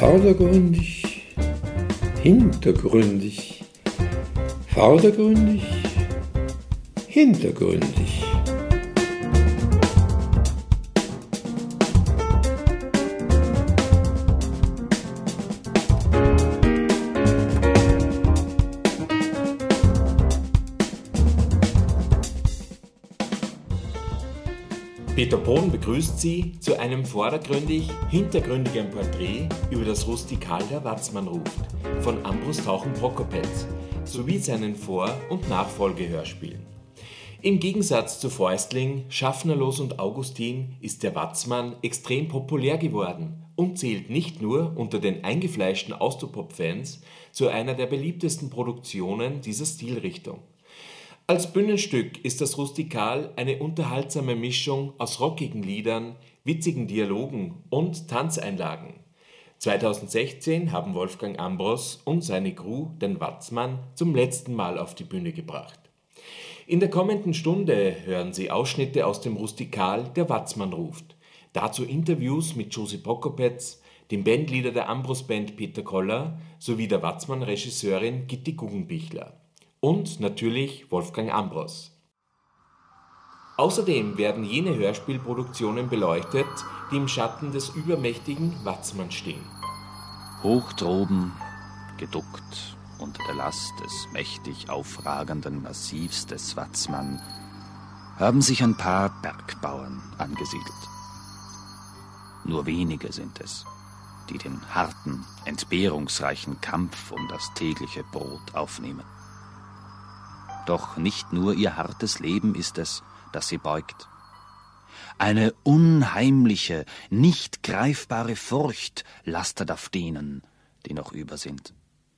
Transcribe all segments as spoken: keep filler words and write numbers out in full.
Vordergründig, hintergründig, vordergründig, hintergründig. Peter Bohn begrüßt Sie zu einem vordergründig-hintergründigen Porträt über das Rustikal der Watzmann ruft von Ambros Tauchen-Prokopetz sowie seinen Vor- und Nachfolgehörspielen. Im Gegensatz zu Fäustling, Schaffnerlos und Augustin ist der Watzmann extrem populär geworden und zählt nicht nur unter den eingefleischten Austropop-Fans zu einer der beliebtesten Produktionen dieser Stilrichtung. Als Bühnenstück ist das Rustikal eine unterhaltsame Mischung aus rockigen Liedern, witzigen Dialogen und Tanzeinlagen. zweitausendsechzehn haben Wolfgang Ambros und seine Crew den Watzmann zum letzten Mal auf die Bühne gebracht. In der kommenden Stunde hören Sie Ausschnitte aus dem Rustikal der Watzmann ruft. Dazu Interviews mit Josi Prokopetz, dem Bandleader der Ambros-Band Peter Koller sowie der Watzmann-Regisseurin Gitti Guggenbichler. Und natürlich Wolfgang Ambros. Außerdem werden jene Hörspielproduktionen beleuchtet, die im Schatten des übermächtigen Watzmann stehen. Hoch droben, geduckt unter der Last des mächtig aufragenden Massivs des Watzmann, haben sich ein paar Bergbauern angesiedelt. Nur wenige sind es, die den harten, entbehrungsreichen Kampf um das tägliche Brot aufnehmen. Doch nicht nur ihr hartes Leben ist es, das sie beugt. Eine unheimliche, nicht greifbare Furcht lastet auf denen, die noch über sind.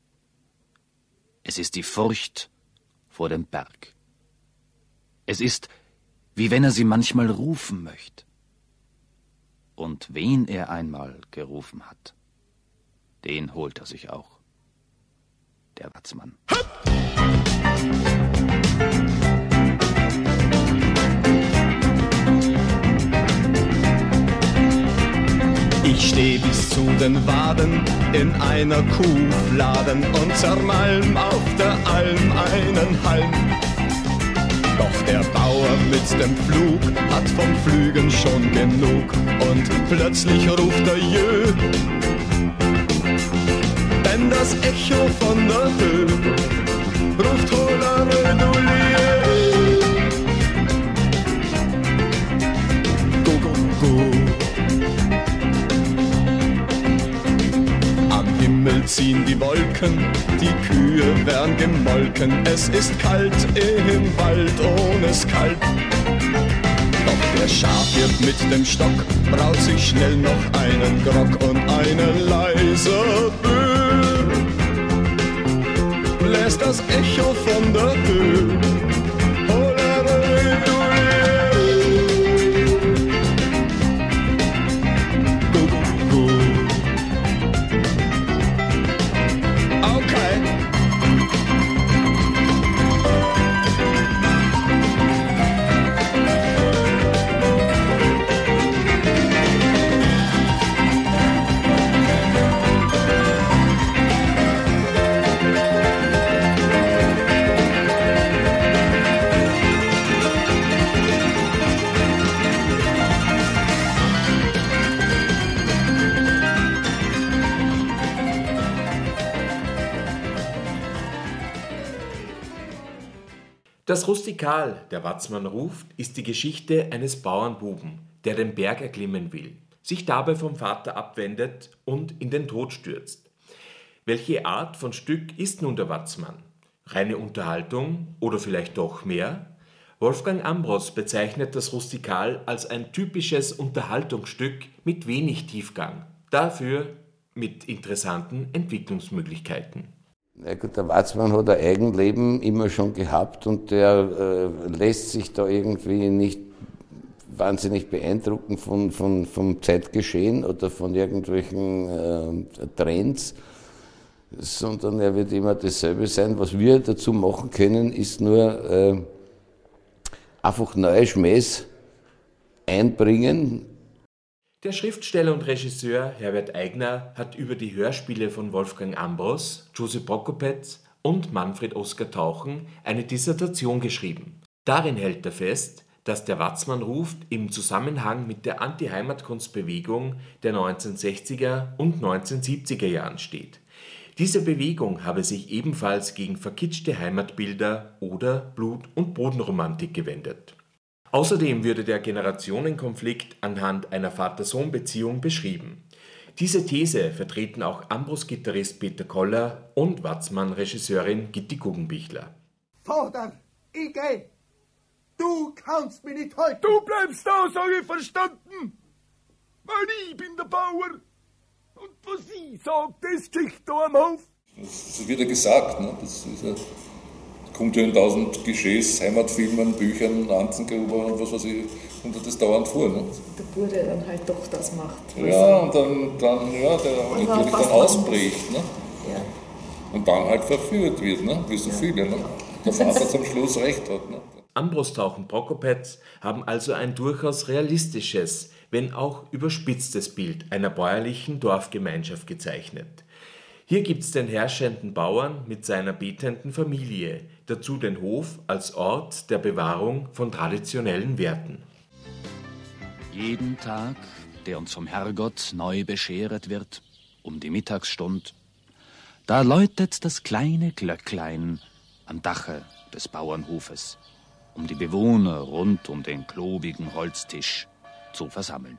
Es ist die Furcht vor dem Berg. Es ist, wie wenn er sie manchmal rufen möchte. Und wen er einmal gerufen hat, den holt er sich auch. Der Watzmann. Ich steh bis zu den Waden in einer Kuhfladen und zermalm auf der Alm einen Halm. Doch der Bauer mit dem Pflug hat vom Pflügen schon genug und plötzlich ruft er Jö. Denn das Echo von der Höhe ruft Holare du Lier. Go, go, go. Am Himmel ziehen die Wolken, die Kühe werden gemolken. Es ist kalt im Wald, ohne es kalt. Doch der Schafhirt mit dem Stock braut sich schnell noch einen Grog und eine leise Böe bläst das Echo von der Höhe. Go, go, go. Okay. Das Rustikal, der Watzmann ruft, ist die Geschichte eines Bauernbuben, der den Berg erklimmen will, sich dabei vom Vater abwendet und in den Tod stürzt. Welche Art von Stück ist nun der Watzmann? Reine Unterhaltung oder vielleicht doch mehr? Wolfgang Ambros bezeichnet das Rustikal als ein typisches Unterhaltungsstück mit wenig Tiefgang, dafür mit interessanten Entwicklungsmöglichkeiten. Ja gut, der Watzmann hat ein Eigenleben immer schon gehabt und der äh, lässt sich da irgendwie nicht wahnsinnig beeindrucken von, von, vom Zeitgeschehen oder von irgendwelchen äh, Trends, sondern er wird immer dasselbe sein. Was wir dazu machen können, ist nur äh, einfach neue Schmähs einbringen. Der Schriftsteller und Regisseur Herbert Aigner hat über die Hörspiele von Wolfgang Ambros, Josip Prokopetz und Manfred Oskar Tauchen eine Dissertation geschrieben. Darin hält er fest, dass der Watzmann ruft im Zusammenhang mit der Anti-Heimatkunstbewegung der neunzehnhundertsechziger und neunzehnhundertsiebziger Jahren steht. Diese Bewegung habe sich ebenfalls gegen verkitschte Heimatbilder oder Blut- und Bodenromantik gewendet. Außerdem würde der Generationenkonflikt anhand einer Vater-Sohn-Beziehung beschrieben. Diese These vertreten auch Ambros-Gitarrist Peter Koller und Watzmann-Regisseurin Gitti Guggenbichler. Vater, ich geh! Du kannst mich nicht halten! Du bleibst da, sag ich, verstanden! Weil ich bin der Bauer! Und was ich sag, das kriegt da am Hof! Das wird ja gesagt, ne? Das ist ja, kommt ja in tausend Klischees, Heimatfilmen, Büchern, Anzengruber und was weiß ich, kommt das dauernd vor. Ne? Der Bub, der dann halt doch das macht. Ja, und dann, dann ja, der und natürlich dann ausbricht. Ne? Ja. Und dann halt verführt wird, ne? Wie so ja. viele. Ne? Der Vater zum Schluss recht hat. Ne? Ambros Tauchen Prokopetz haben also ein durchaus realistisches, wenn auch überspitztes Bild einer bäuerlichen Dorfgemeinschaft gezeichnet. Hier gibt's den herrschenden Bauern mit seiner betenden Familie, dazu den Hof als Ort der Bewahrung von traditionellen Werten. Jeden Tag, der uns vom Herrgott neu bescheret wird, um die Mittagsstund, da läutet das kleine Glöcklein am Dache des Bauernhofes, um die Bewohner rund um den klobigen Holztisch zu versammeln.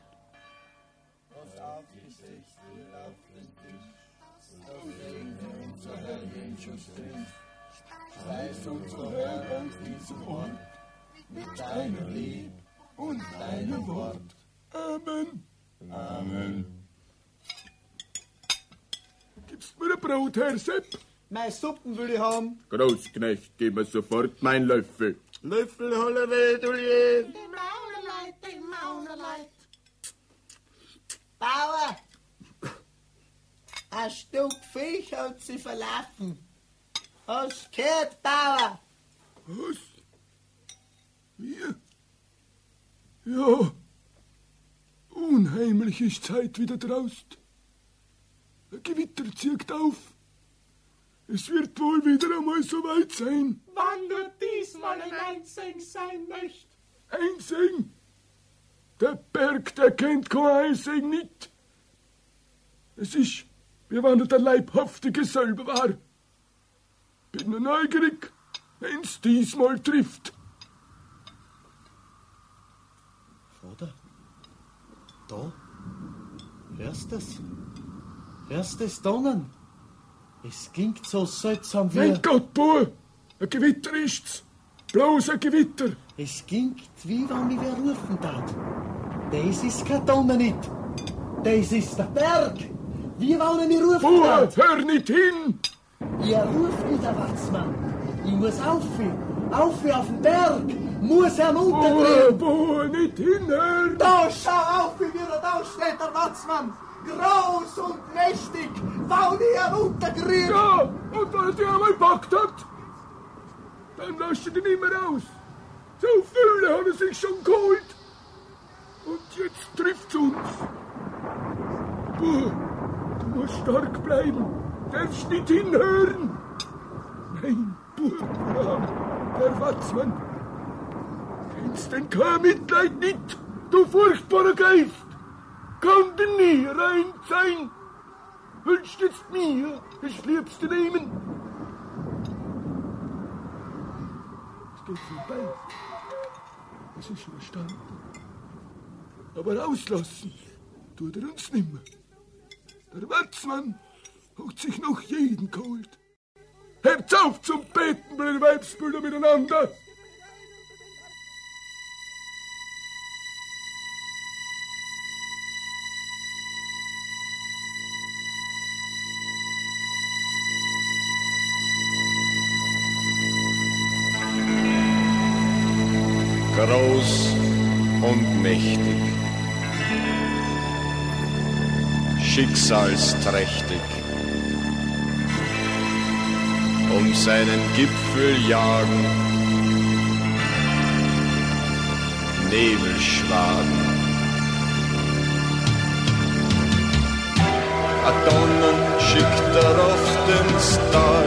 Weiß uns Herr aus diesem Ort mit deinem Lieb und deinem Wort. Amen. Amen. Gibst mir ein Brot, Herr Sepp? Meine Suppen will ich haben. Großknecht, gib mir sofort mein Löffel. Löffel, Hollerweh, du je. Die Maunerleit, die Maunerleit. Bauer, ein Stück Fisch hat sie verlaufen. Hast gehört, Bauer? Was? Wir? Ja. Unheimlich ist Zeit wieder draust. Ein Gewitter zieht auf. Es wird wohl wieder einmal so weit sein. Wann du diesmal ein Einseng sein möcht. Einseng? Der Berg, der kennt kein Einseng nicht. Es ist, wie wenn er der Leibhaftige selber war. Bin nur neugierig, wenn's diesmal trifft. Vater, da, hörst du es? Hörst du es donnern? Es klingt so seltsam wie... Mein Gott, Bub, ein Gewitter ist's. Bloß ein Gewitter. Es klingt, wie wenn mich wer rufen tat. Das ist kein Donner nicht. Das ist der Berg. Wie wenn er mich rufen Bub, tat. hör nicht hin. Ihr ruft mich, der Watzmann. Ich muss auf, auf auf den Berg. Muss er runterkriegen. Bub, Bub, nicht hinhören. Da, schau auf, wie er da steht, der Watzmann. Groß und mächtig, weil ich ihn runterkriege. Ja, und wenn er dich einmal gepackt hat, dann lasst ihn nicht mehr aus. So viele haben sich schon geholt. Und jetzt trifft's uns. Bub, du musst stark bleiben. Darfst nicht hinhören. Mein Bub, der Watzmann. Kennst denn kein Mitleid nicht, du furchtbarer Geist. Kann denn nie rein sein. Wünschst jetzt mir das Liebste nehmen. Es geht vorbei. Es ist überstanden. Aber auslassen tut er uns nimmer. Der Watzmann hat sich noch jeden geholt. Hebt's auf zum Beten, meine Weibsbilder miteinander. Groß und mächtig, schicksalsträchtig, um seinen Gipfel jagen Nebelschwaden. a Tonnen schickt er oft ins Tal.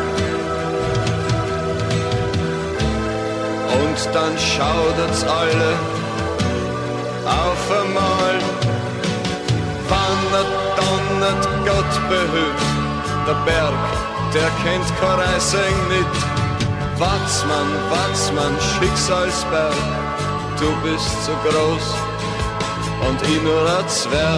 Und dann schaudert's alle auf einmal. Wann er donnert, Gott behüt, der Berg, der kennt kein Reising nicht. Watzmann, Watzmann, Schicksalsberg, du bist so groß und ich nur ein Zwerg.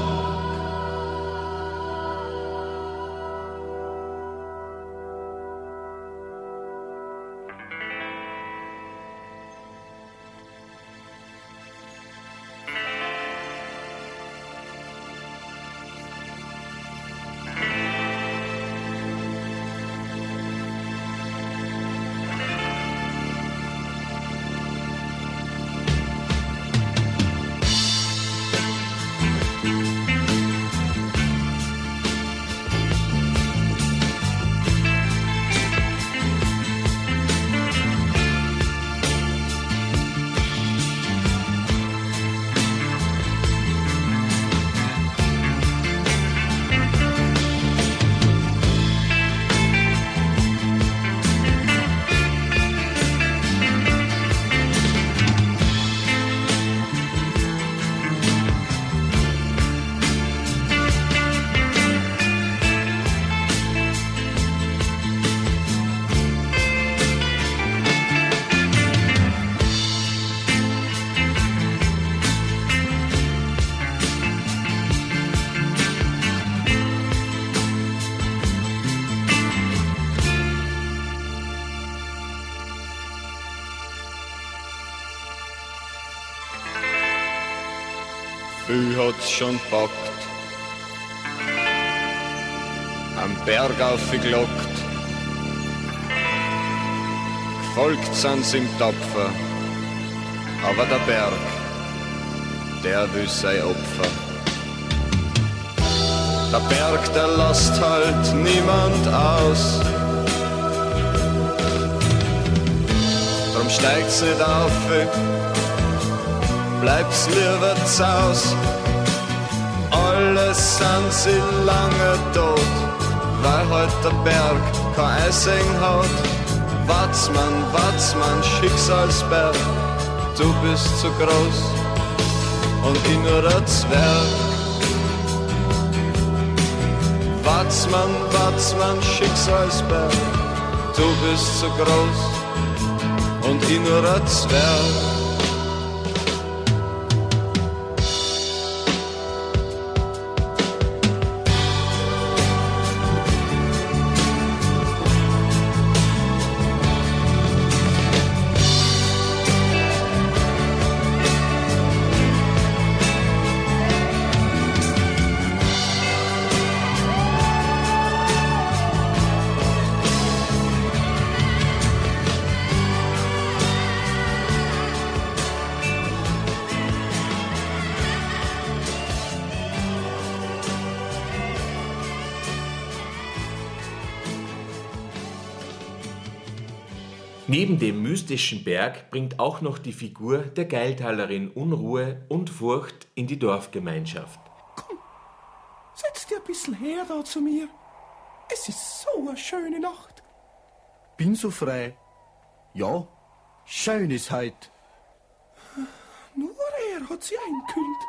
Viel hat's schon packt, am Berg aufgelockt, gefolgt sind sie ihm tapfer, aber der Berg, der will sein Opfer. Der Berg, der lässt halt niemand aus, drum steigt's nicht auf, bleib's lieber zaus. Alles sind sie lange tot, weil heut der Berg kein Eising hat. Watzmann, Watzmann, Schicksalsberg, du bist zu groß und ich nur ein Zwerg. Watzmann, Watzmann, Schicksalsberg, du bist zu groß und ich nur ein Zwerg. Neben dem mystischen Berg bringt auch noch die Figur der Geiltalerin Unruhe und Furcht in die Dorfgemeinschaft. Komm, setz dir ein bisschen her da zu mir. Es ist so eine schöne Nacht. Bin so frei. Ja, schön ist heut. Nur er hat sie einkühlt.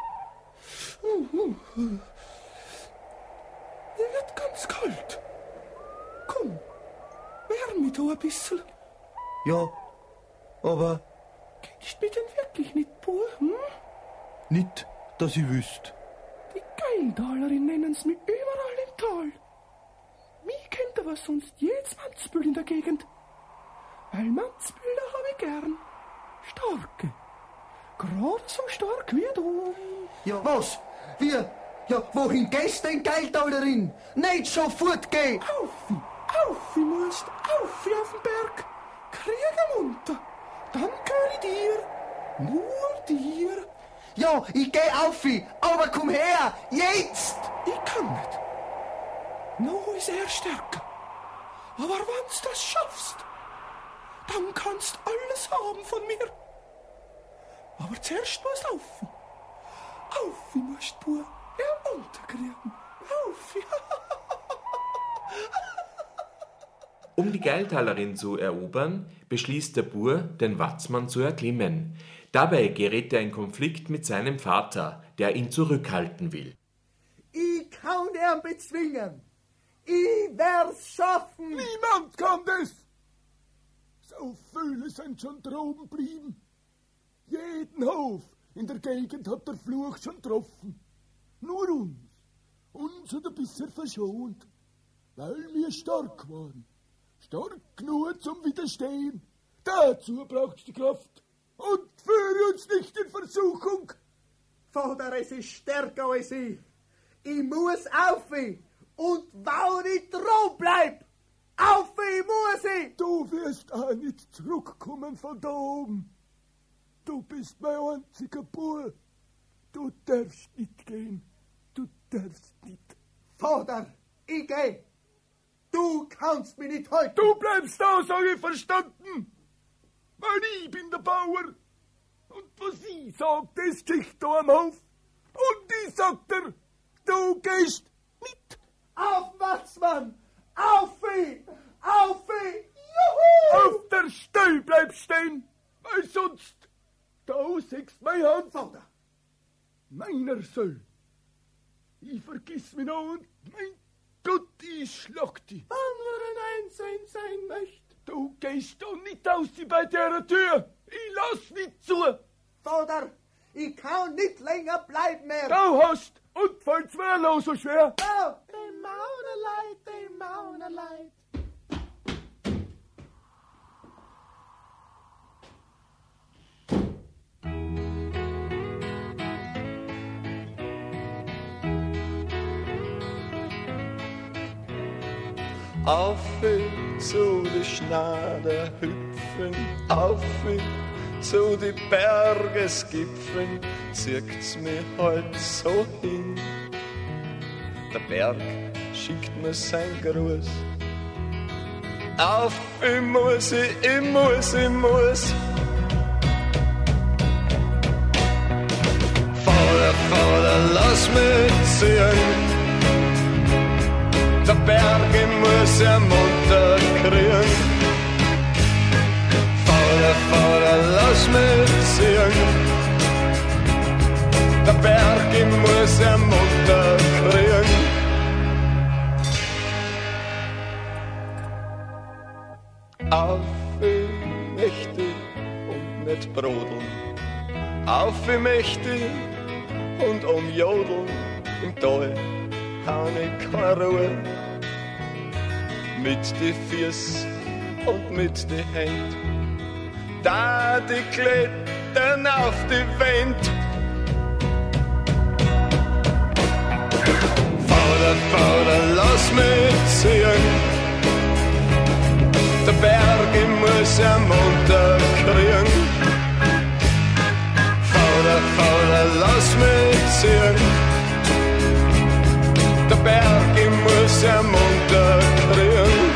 Mir wird ganz kalt. Komm, wärm mich da ein bisschen. Ja, aber... Kennst du mich denn wirklich nicht, Bub? Hm? Nicht, dass ich wüsste. Die Geildalerin nennen's mich überall im Tal. Mich kennt aber sonst jedes Mannsbild in der Gegend. Weil Mannsbilder habe ich gern. Starke. Gerade so stark wie du. Ja, was? Wir? Ja, wohin gehst denn, Geildalerin? Nicht schon fortgehen! Aufi, aufi musst, aufi auf den Berg. Kriege munter, dann gehör ich dir, nur dir. Ja, ich geh aufi, aber komm her, jetzt! Ich kann nicht. Noch ist er stärker. Aber wenn's das schaffst, dann kannst alles haben von mir. Aber zuerst musst du aufi. Aufi musst du, er unterkriegen. Auf! Um die Geiltalerin zu erobern, beschließt der Bur, den Watzmann zu erklimmen. Dabei gerät er in Konflikt mit seinem Vater, der ihn zurückhalten will. Ich kann ihn bezwingen. Ich werd's schaffen. Niemand kann das. So viele sind schon droben blieben. Jeden Hof in der Gegend hat der Fluch schon getroffen. Nur uns. Uns hat er bisher verschont, weil wir stark waren. Stark genug zum Widerstehen. Dazu braucht's die Kraft. Und führe uns nicht in Versuchung. Vater, es ist stärker als ich. Ich muss aufhören. Und weil ich dran bleib, aufhören muss ich. Du wirst auch nicht zurückkommen von da oben. Du bist mein einziger Bub. Du darfst nicht gehen. Du darfst nicht. Vater, ich geh. Du kannst mich nicht halten. Du bleibst da, sag ich, verstanden? Weil ich bin der Bauer. Und was ich sag, das kriegt da am Hof. Und ich sag dir, du gehst mit. Auf, Watzmann! Auf ihn! Auf ihn! Juhu! Auf der Stelle bleib stehen, weil sonst da siehst mein Hand. Vater! Meiner soll. Ich vergiss mich noch und mein Gott, ich schlag dich. Wann wir ein Einssein sein möcht. Du gehst doch nicht aus bei der Tür. Ich lass nicht zu. Vater, ich kann nicht länger bleiben mehr. Du hast und fällt's mir noch so schwer. Oh, dem Maunerleid, dem Maunerleid. Auf zu die Schnader hüpfen, auf zu die Bergesgipfeln, zirkt's mir halt so hin. Der Berg schickt mir sein Gruß. Auf, ich muss, ich, ich muss, ich muss. Vater, Vater, lass mich ziehen. Der Berg, ich muss er munter kriegen. Vater, Vater, lass mich ziehen. Der Berg, ich muss er munter kriegen. Auf, ich möchte und nicht brodeln. Auf, ich möchte und umjodeln. Im Tal hau ich keine Ruhe. Mit die Füß und mit die Händ, da die Klettern auf die Wand. Vater, Vater, lass mich ziehen. Der Berg, ich muss er munter kriegen. Vater, Vater, lass mich ziehen. Der Berg, ich muss er munter kriegen.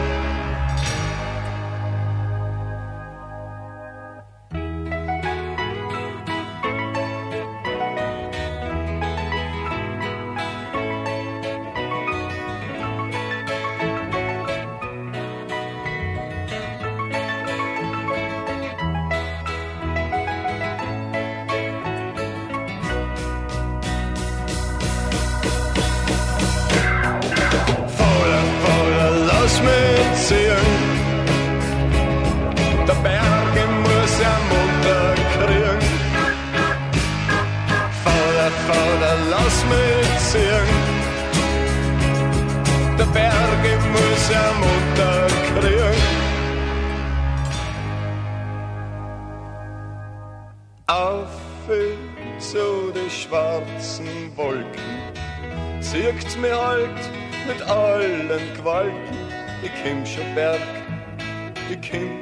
Zirkt's mir halt mit allen Gewalten. Ich komm schon Berg, ich komm.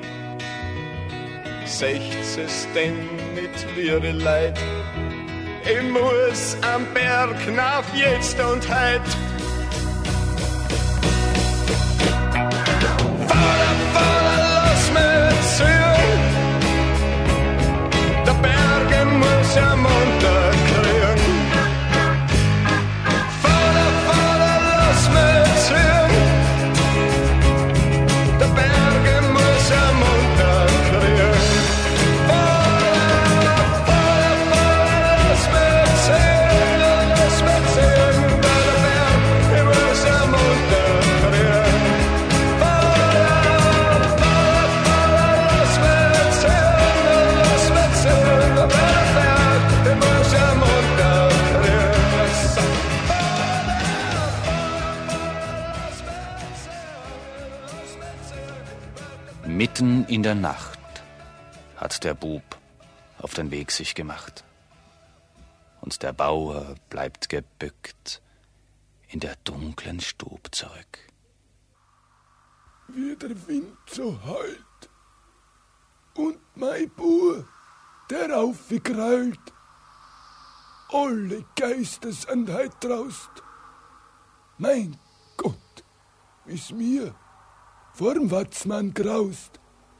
Secht's es denn nicht wie Leid? Ich muss am Berg nach jetzt und heut. Vater, Vater, lass mich ziehen. Der Berg muss ja munter kriegen. Vater, Vater, der Nacht hat der Bub auf den Weg sich gemacht. Und der Bauer bleibt gebückt in der dunklen Stub zurück. Wie der Wind so heult und mein Bub, der aufgekrault. Alle Geister sind heut draust. Mein Gott, wie's mir vorm Watzmann graust.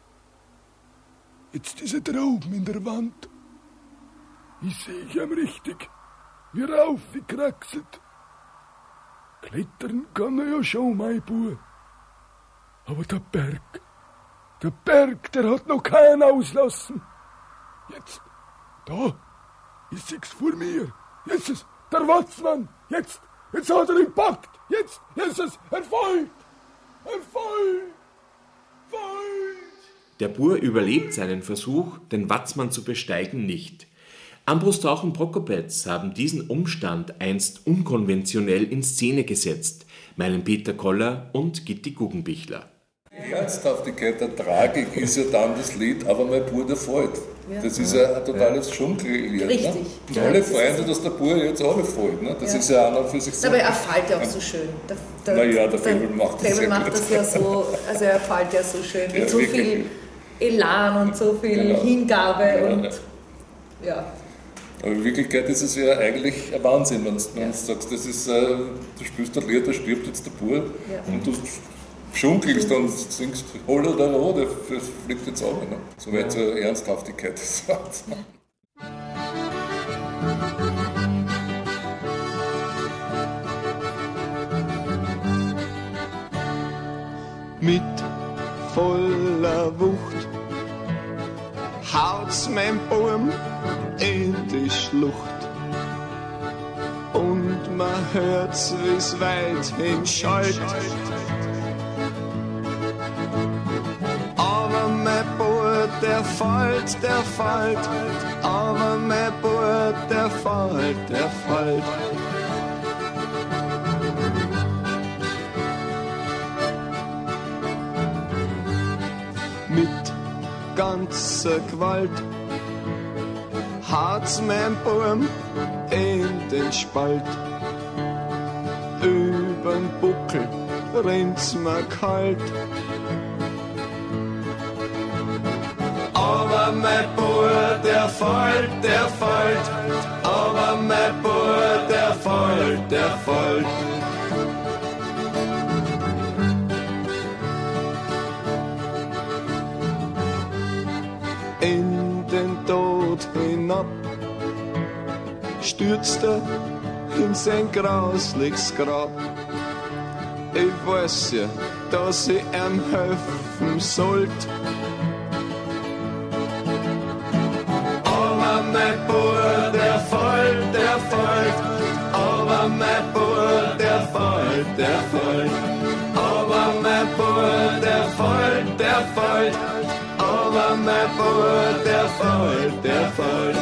Jetzt ist er droben in der Wand. Ich seh ihm richtig, wie er aufgekraxelt. Klettern kann er ja schon, mein Bub. Aber der Berg, der Berg, der hat noch keinen auslassen. Jetzt, da, ich seh's vor mir. Jetzt ist der Watzmann, jetzt, jetzt hat er ihn gepackt. Jetzt, jetzt ist er voll, er voll, voll. Der Bur überlebt seinen Versuch, den Watzmann zu besteigen, nicht. Ambros Tauchen Prokopetz haben diesen Umstand einst unkonventionell in Szene gesetzt, meinen Peter Koller und Gitti Guggenbichler. Die Ernsthaftigkeit der Tragik ist ja dann das Lied „Aber mein Bur, der fällt". Ja. Das ist ja ein totales Dschungellied. Richtig. Ne? Und ja, alle freuen sich, dass der Bur jetzt alle fällt. Ne? Das ja. ist ja auch für sich so. Aber er fällt ja auch so schön. Der, der, naja, der Febel macht das, ja macht das ja so, also er fällt ja so schön, mit ja, so wirklich. viel Elan und so viel genau. Hingabe ja, und ja. ja. Aber in Wirklichkeit ist es ja eigentlich ein Wahnsinn, wenn du ja. sagst, das ist, äh, du spielst ein Lied, da stirbt jetzt der Bur ja. und du schunkelst und singst Holla da Rode, das fliegt jetzt auch. Ne? So weit zur ja. Ernsthaftigkeit des Satzes. Mit voller Wucht haut's mein Baum in die Schlucht und man hört's, wie's weit hinschallt. Aber mein Bub, der fällt, der fällt, aber mein Bub, der fällt, der fällt. Mit ganzer Gewalt haut's mein Baum in den Spalt. Übern Buckel rinnt's mir kalt. Aber mein Bub, der fällt, der fällt. Aber mein Bub, der fällt, der fällt. In den Tod hinab stürzt er in sein grausliches Grab. Ich weiß ja, dass ich ihm helfen sollt. Aber mein Bub, der fällt, der fällt. Aber mein Bub, der fällt, der fällt. Aber mein Bub, der fällt, der fällt. Aber mein Bub, der fällt, der fällt.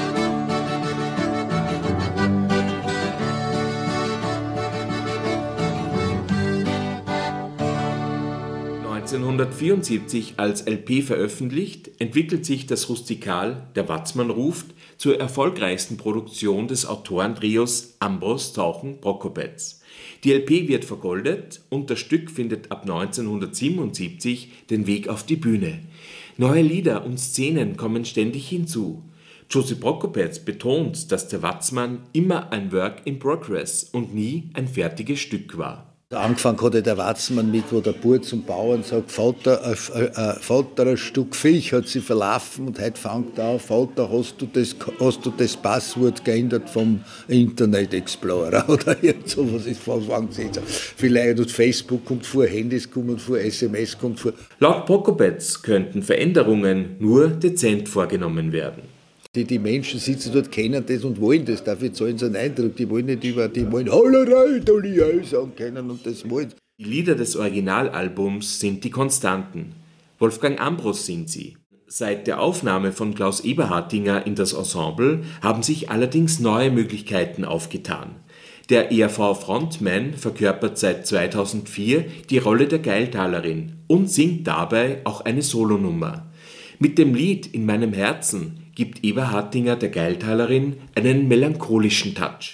neunzehnhundertvierundsiebzig als L P veröffentlicht, entwickelt sich das Rustikal Der Watzmann ruft zur erfolgreichsten Produktion des Autorentrios Ambros Tauchen Prokopetz. Die L P wird vergoldet und das Stück findet ab neunzehnhundertsiebenundsiebzig den Weg auf die Bühne. Neue Lieder und Szenen kommen ständig hinzu. Josip Prokopetz betont, dass der Watzmann immer ein Work in Progress und nie ein fertiges Stück war. Angefangen hat der Watzmann mit, wo der Bub zum Bauern sagt, Vater, äh, äh, Vater, ein Stück Fisch hat sich verlaufen und heute fängt er an, Vater, hast du das, hast du das Passwort geändert vom Internet Explorer oder so, was ist, was fängt es jetzt? Vielleicht und Facebook kommt vor, Handys kommen vor, S M S kommt vor. Laut Prokopetz könnten Veränderungen nur dezent vorgenommen werden. Die, die Menschen sitzen dort, kennen das und wollen das. Dafür zahlen sie einen Eindruck. Die wollen nicht über, die wollen Hallerei, Dolly sagen können und das wollen. Die Lieder des Originalalbums sind die Konstanten. Wolfgang Ambros singt sie. Seit der Aufnahme von Klaus Eberhardinger in das Ensemble haben sich allerdings neue Möglichkeiten aufgetan. Der E R V-Frontman verkörpert seit zweitausendvier die Rolle der Geiltalerin und singt dabei auch eine Solonummer. Mit dem Lied In meinem Herzen gibt Eva Hartinger der Geiltalerin einen melancholischen Touch.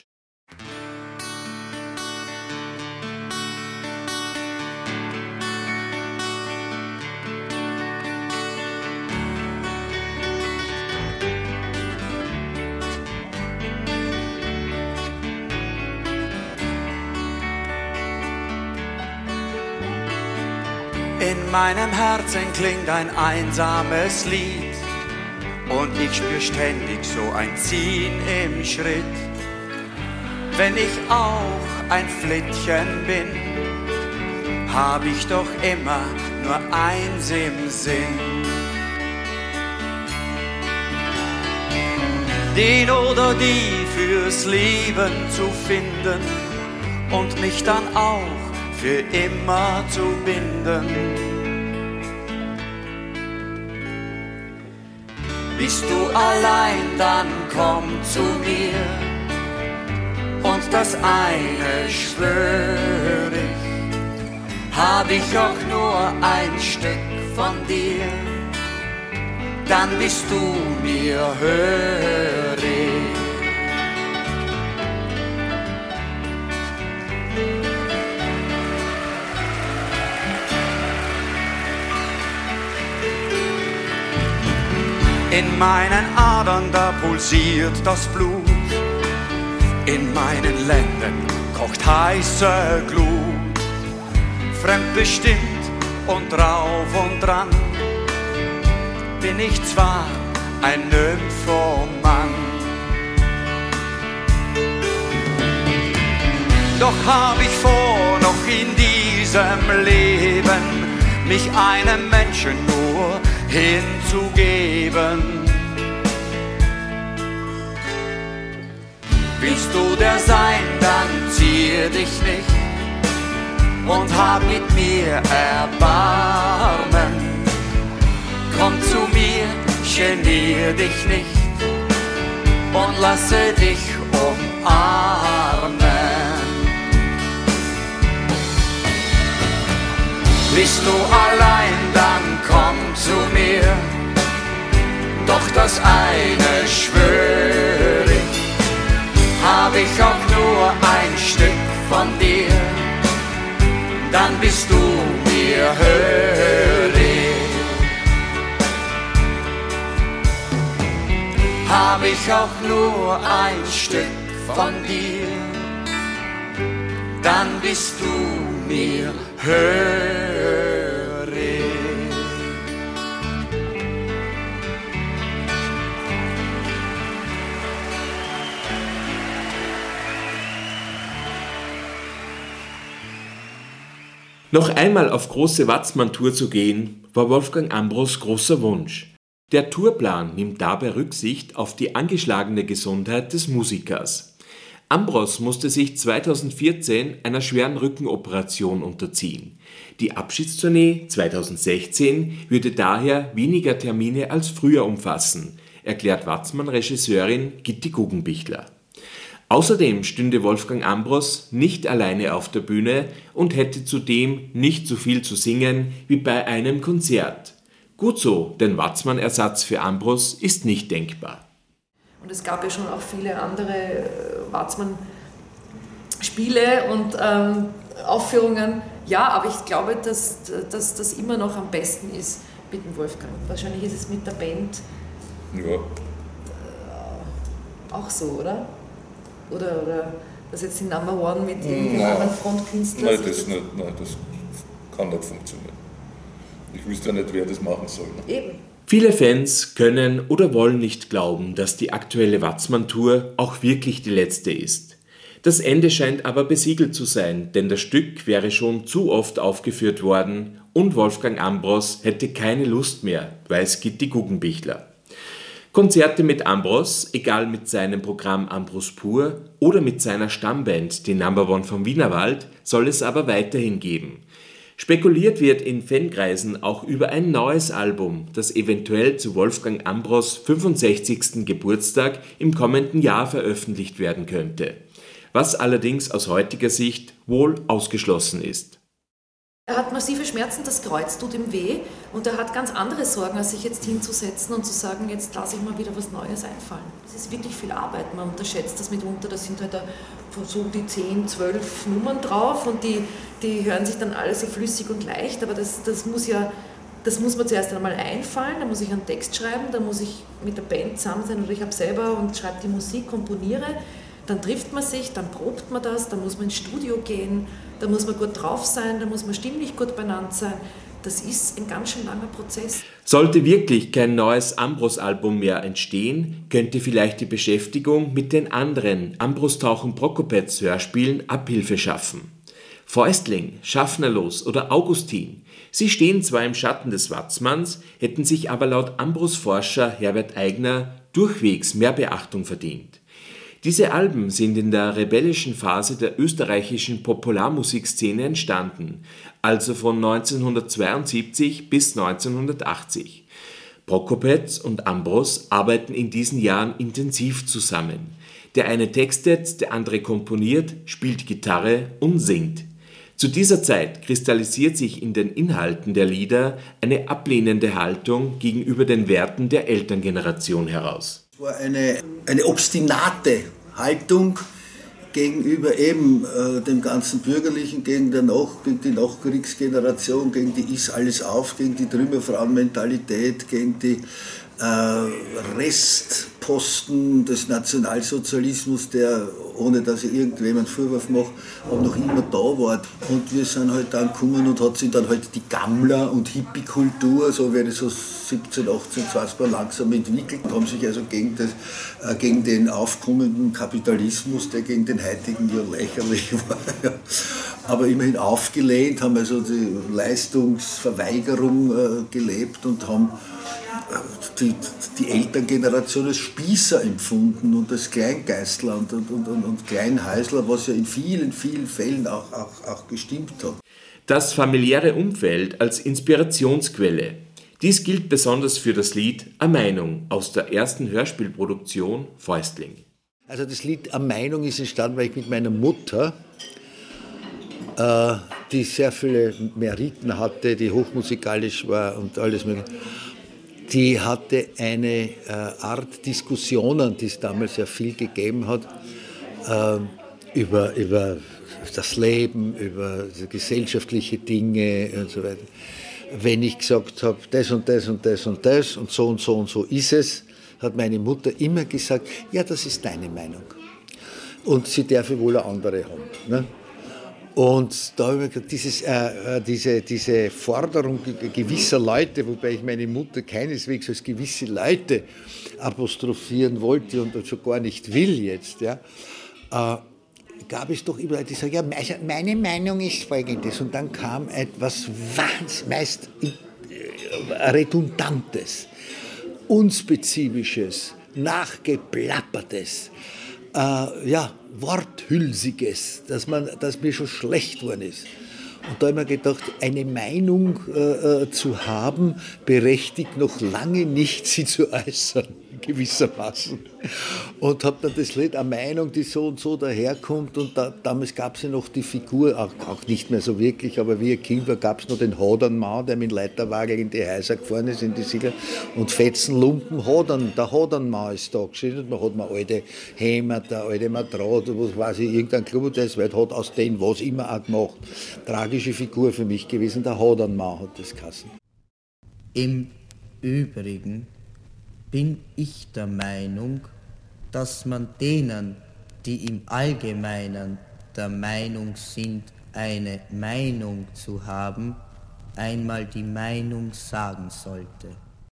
In meinem Herzen klingt ein einsames Lied und ich spür ständig so ein Ziehen im Schritt. Wenn ich auch ein Flittchen bin, hab ich doch immer nur eins im Sinn. Den oder die fürs Leben zu finden und mich dann auch für immer zu binden. Bist du allein, dann komm zu mir und das eine schwör ich, hab ich auch nur ein Stück von dir, dann bist du mir hörig. In meinen Adern, da pulsiert das Blut, in meinen Lenden kocht heiße Glut. Fremdbestimmt und drauf und dran bin ich zwar ein Nymphoman, doch hab ich vor, noch in diesem Leben mich einem Menschen nur hinzugeben. Willst du der sein, dann zier dich nicht und hab mit mir Erbarmen. Komm zu mir, genier dich nicht und lasse dich umarmen. Bist du allein, dann komm zu mir, doch das eine schwör ich, hab ich auch nur ein Stück von dir, dann bist du mir hörig. Hab ich auch nur ein Stück von dir, dann bist du mir hörig. Noch einmal auf große Watzmann-Tour zu gehen, war Wolfgang Ambros großer Wunsch. Der Tourplan nimmt dabei Rücksicht auf die angeschlagene Gesundheit des Musikers. Ambros musste sich zweitausendvierzehn einer schweren Rückenoperation unterziehen. Die Abschiedstournee zweitausendsechzehn würde daher weniger Termine als früher umfassen, erklärt Watzmann-Regisseurin Gitti Guggenbichler. Außerdem stünde Wolfgang Ambros nicht alleine auf der Bühne und hätte zudem nicht so viel zu singen wie bei einem Konzert. Gut so, denn Watzmann-Ersatz für Ambros ist nicht denkbar. Und es gab ja schon auch viele andere Watzmann-Spiele und ähm, Aufführungen. Ja, aber ich glaube, dass, dass das immer noch am besten ist mit dem Wolfgang. Wahrscheinlich ist es mit der Band ja. äh, auch so, oder? Oder, oder das jetzt die Number One mit irgendeinem anderen Frontkünstler? Nein, das nicht, nein, das kann nicht funktionieren. Ich wüsste ja nicht, wer das machen soll. Ne? Eben. Viele Fans können oder wollen nicht glauben, dass die aktuelle Watzmann-Tour auch wirklich die letzte ist. Das Ende scheint aber besiegelt zu sein, denn das Stück wäre schon zu oft aufgeführt worden und Wolfgang Ambros hätte keine Lust mehr, weiß Gitti Guggenbichler. Konzerte mit Ambros, egal mit seinem Programm Ambros Pur oder mit seiner Stammband, die Number One vom Wienerwald, soll es aber weiterhin geben. Spekuliert wird in Fankreisen auch über ein neues Album, das eventuell zu Wolfgang Ambros fünfundsechzigsten Geburtstag im kommenden Jahr veröffentlicht werden könnte. was allerdings aus heutiger Sicht wohl ausgeschlossen ist. Er hat massive Schmerzen, das Kreuz tut ihm weh und er hat ganz andere Sorgen, als sich jetzt hinzusetzen und zu sagen, jetzt lasse ich mal wieder was Neues einfallen. Das ist wirklich viel Arbeit, man unterschätzt das mitunter, da sind halt da so um die zehn, zwölf Nummern drauf und die, die hören sich dann alle so flüssig und leicht, aber das, das muss ja, das muss mir zuerst einmal einfallen, da muss ich einen Text schreiben, da muss ich mit der Band zusammen sein oder ich habe selber und schreibe die Musik, komponiere. Dann trifft man sich, dann probt man das, dann muss man ins Studio gehen, da muss man gut drauf sein, da muss man stimmlich gut benannt sein. Das ist ein ganz schön langer Prozess. Sollte wirklich kein neues Ambros-Album mehr entstehen, könnte vielleicht die Beschäftigung mit den anderen Ambros-Tauchen-Prokopetz-Hörspielen Abhilfe schaffen. Fäustling, Schaffnerlos oder Augustin, sie stehen zwar im Schatten des Watzmanns, hätten sich aber laut Ambros-Forscher Herbert Aigner durchwegs mehr Beachtung verdient. Diese Alben sind in der rebellischen Phase der österreichischen Popularmusikszene entstanden, also von neunzehnhundertzweiundsiebzig bis neunzehnhundertachtzig. Prokopetz und Ambros arbeiten in diesen Jahren intensiv zusammen. Der eine textet, der andere komponiert, spielt Gitarre und singt. Zu dieser Zeit kristallisiert sich in den Inhalten der Lieder eine ablehnende Haltung gegenüber den Werten der Elterngeneration heraus. Es war eine, eine obstinate Haltung gegenüber eben äh, dem ganzen Bürgerlichen, gegen, der Nach, gegen die Nachkriegsgeneration, gegen die Ist alles auf, gegen die Trümmerfrauenmentalität, gegen die äh, Restposten des Nationalsozialismus, der, ohne dass ich irgendjemand Vorwurf mache, aber noch immer da war. Und wir sind halt dann gekommen und hat sich dann halt die Gammler- und Hippie-Kultur, so wäre so siebzehn, achtzehn, zwanzig Mal langsam entwickelt, haben sich also gegen, das, äh, gegen den aufkommenden Kapitalismus, der gegen den heutigen ja lächerlich war, aber immerhin aufgelehnt, haben also die Leistungsverweigerung äh, gelebt und haben Die, die Elterngeneration als Spießer empfunden und als Kleingeistler und, und, und, und Kleinhäusler, was ja in vielen, vielen Fällen auch, auch, auch gestimmt hat. Das familiäre Umfeld als Inspirationsquelle. Dies gilt besonders für das Lied A Meinung aus der ersten Hörspielproduktion Fäustling. Also das Lied A Meinung ist entstanden, weil ich mit meiner Mutter, äh, die sehr viele Meriten hatte, die hochmusikalisch war und alles mögliche, die hatte eine äh, Art Diskussionen, die es damals ja viel gegeben hat, äh, über, über das Leben, über gesellschaftliche Dinge und so weiter. Wenn ich gesagt habe, das und das und das und das und so und so und so ist es, hat meine Mutter immer gesagt, ja, das ist deine Meinung. Und sie darf wohl eine andere haben. Ne? Und da habe ich mir gedacht, dieses, äh, diese, diese Forderung gewisser Leute, wobei ich meine Mutter keineswegs als gewisse Leute apostrophieren wollte und schon gar nicht will jetzt, ja, äh, gab es doch immer Leute, die sagen, ja, meine Meinung ist folgendes. Und dann kam etwas wahnsinnig, meist Redundantes, Unspezifisches, Nachgeplappertes, äh, ja, Worthülsiges, dass, man, dass mir schon schlecht worden ist. Und da habe ich mir gedacht, eine Meinung äh, zu haben, berechtigt noch lange nicht, sie zu äußern, gewissermaßen. Und habe dann das Lied, eine Meinung, die so und so daherkommt. Und da, damals gab es ja noch die Figur, auch, auch nicht mehr so wirklich, aber wie ein Kind war, gab es noch den Hodernmann, der mit dem Leiterwagen in die Häuser gefahren ist, in die Siedler. Und Fetzenlumpen, Hodern, der Hodernmann ist da geschrieben. Man hat mal alte Hämer, der alte Matrat, was weiß ich, irgendein Club, der ist weit, hat aus dem was immer auch gemacht. Tragische Figur für mich gewesen, der Hodernmann hat das geheißen. Im Übrigen bin ich der Meinung, dass man denen, die im Allgemeinen der Meinung sind, eine Meinung zu haben, einmal die Meinung sagen sollte.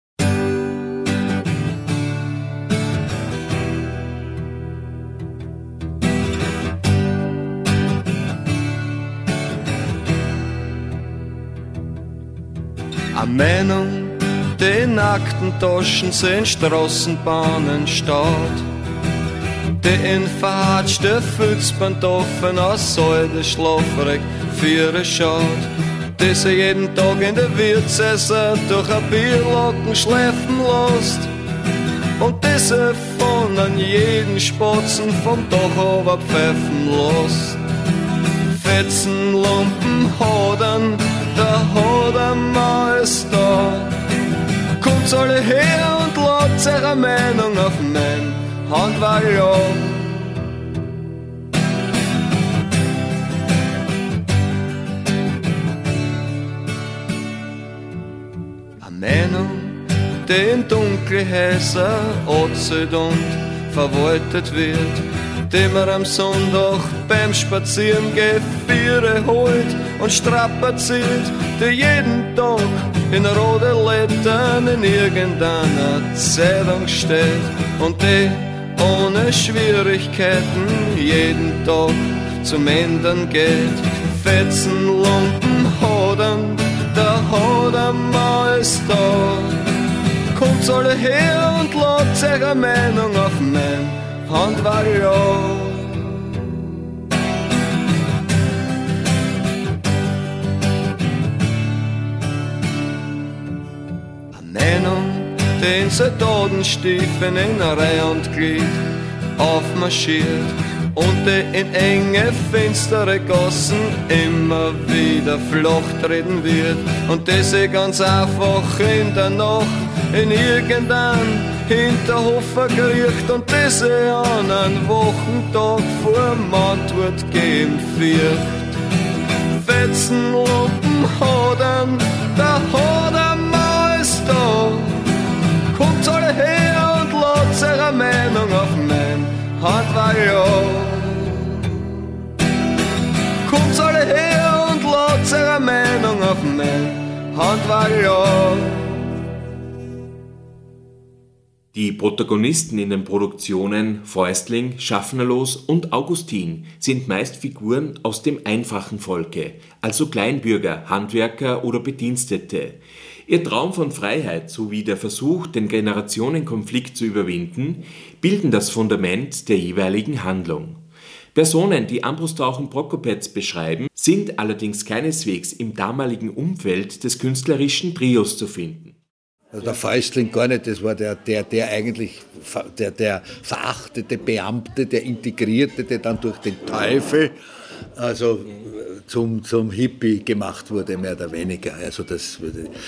Eine Meinung, die in Aktentaschen sind Straßenbahnen statt, die in verhatschte Fußpantoffeln aus Säule schlafrig Führer schaut, die sie jeden Tag in der Wirtsesse durch ein Bierlocken schläfen lässt und diese von sondern jeden Spatzen vom Dach aber pfeifen los. Fetzenlumpen hadern, der Hadermann ist da. Kommt alle her und laut eure Meinung auf mein Handwerk ja. Meinung, die in dunkle Häuser anzieht und verwaltet wird, die man am Sonntag beim Spazierengehen Biere holt und strapaziert, die jeden Tag in rote Lettern in irgendeiner Zeitung steht und die ohne Schwierigkeiten jeden Tag zum Ändern geht. Fetzenlumpen hadern, der Hadermann ist da. Kommt alle her und laut eure Meinung auf mein Handwerk ja. Eine Meinung, die in Soldatenstiefeln in Reihe und Glied aufmarschiert und die in enge, finstere Gassen immer wieder flach treten wird und die sich ganz einfach in der Nacht in irgendein Hinterhof verkriecht und die sich an einem Wochentag vor Antwort geben fürcht. Fetzenlumpen hadern, der Hadermann ist da. Kommt alle her und laut eure Meinung auf mein Handwerk ja. Kommt alle her und laut eure Meinung auf mein Handwerk ja. Die Protagonisten in den Produktionen Fäustling, Schaffnerlos und Augustin sind meist Figuren aus dem einfachen Volke, also Kleinbürger, Handwerker oder Bedienstete. Ihr Traum von Freiheit sowie der Versuch, den Generationenkonflikt zu überwinden, bilden das Fundament der jeweiligen Handlung. Personen, die Ambros Tauchen-Prokopetz beschreiben, sind allerdings keineswegs im damaligen Umfeld des künstlerischen Trios zu finden. Also der Fäustling gar nicht, das war der, der, der eigentlich der, der verachtete Beamte, der Integrierte, der dann durch den Teufel also zum, zum Hippie gemacht wurde, mehr oder weniger. Also das,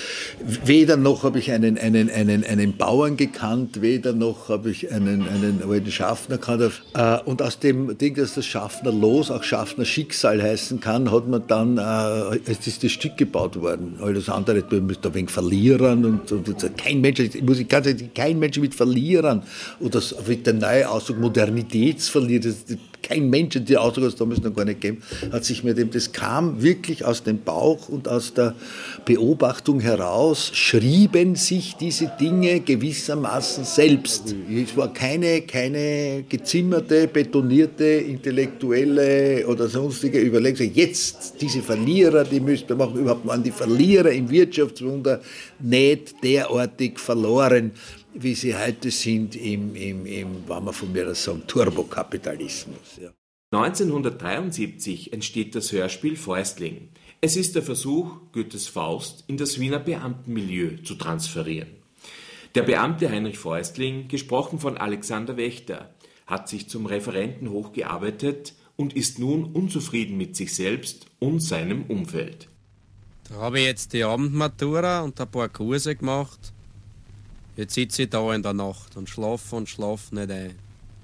weder noch habe ich einen, einen, einen, einen Bauern gekannt, weder noch habe ich einen, einen alten Schaffner gekannt. Und aus dem Ding, dass das Schaffnerlos auch Schaffner Schicksal heißen kann, hat man dann, äh, es ist das Stück gebaut worden. Alles andere, da müsst ihr wegen Verlierern und, und, und kein Mensch, muss ich ganz ehrlich, kein Mensch mit Verlierern oder mit der neuen Ausdruck Modernitätsverlierer, das, kein Mensch, die Ausdruck hat es damals noch gar nicht gegeben, hat sich mit dem, das kam wirklich aus dem Bauch und aus der Beobachtung heraus, schrieben sich diese Dinge gewissermaßen selbst. Es war keine, keine gezimmerte, betonierte, intellektuelle oder sonstige Überlegung. Jetzt, diese Verlierer, die müssten wir machen, überhaupt waren die Verlierer im Wirtschaftswunder nicht derartig verloren, wie sie heute sind im, im, im wenn man von mir das sagen, Turbokapitalismus. Ja. neunzehnhundertdreiundsiebzig entsteht das Hörspiel Fäustling. Es ist der Versuch, Goethes Faust in das Wiener Beamtenmilieu zu transferieren. Der Beamte Heinrich Fäustling, gesprochen von Alexander Wächter, hat sich zum Referenten hochgearbeitet und ist nun unzufrieden mit sich selbst und seinem Umfeld. Da habe ich jetzt die Abendmatura und ein paar Kurse gemacht. Jetzt sitze ich da in der Nacht und schlafe und schlafe nicht ein.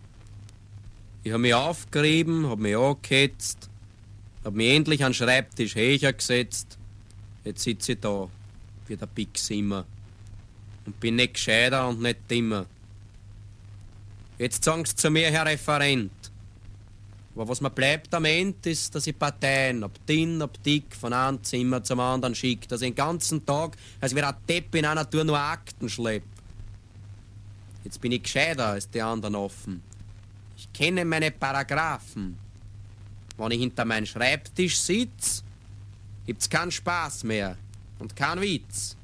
Ich habe mich aufgerieben, habe mich angehetzt, habe mich endlich an den Schreibtisch hergesetzt. Jetzt sitze ich da, wie der Pix immer. Und bin nicht gescheiter und nicht dümmer. Jetzt sagen Sie zu mir, Herr Referent. Aber was mir bleibt am Ende ist, dass ich Parteien, ob dünn, ob dick, von einem Zimmer zum anderen schicke, dass ich den ganzen Tag, als wäre ein Depp in einer Tour nur Akten schlepp. Jetzt bin ich gescheiter als die anderen offen. Ich kenne meine Paragraphen. Wenn ich hinter meinem Schreibtisch sitz, gibt's keinen Spaß mehr und keinen Witz.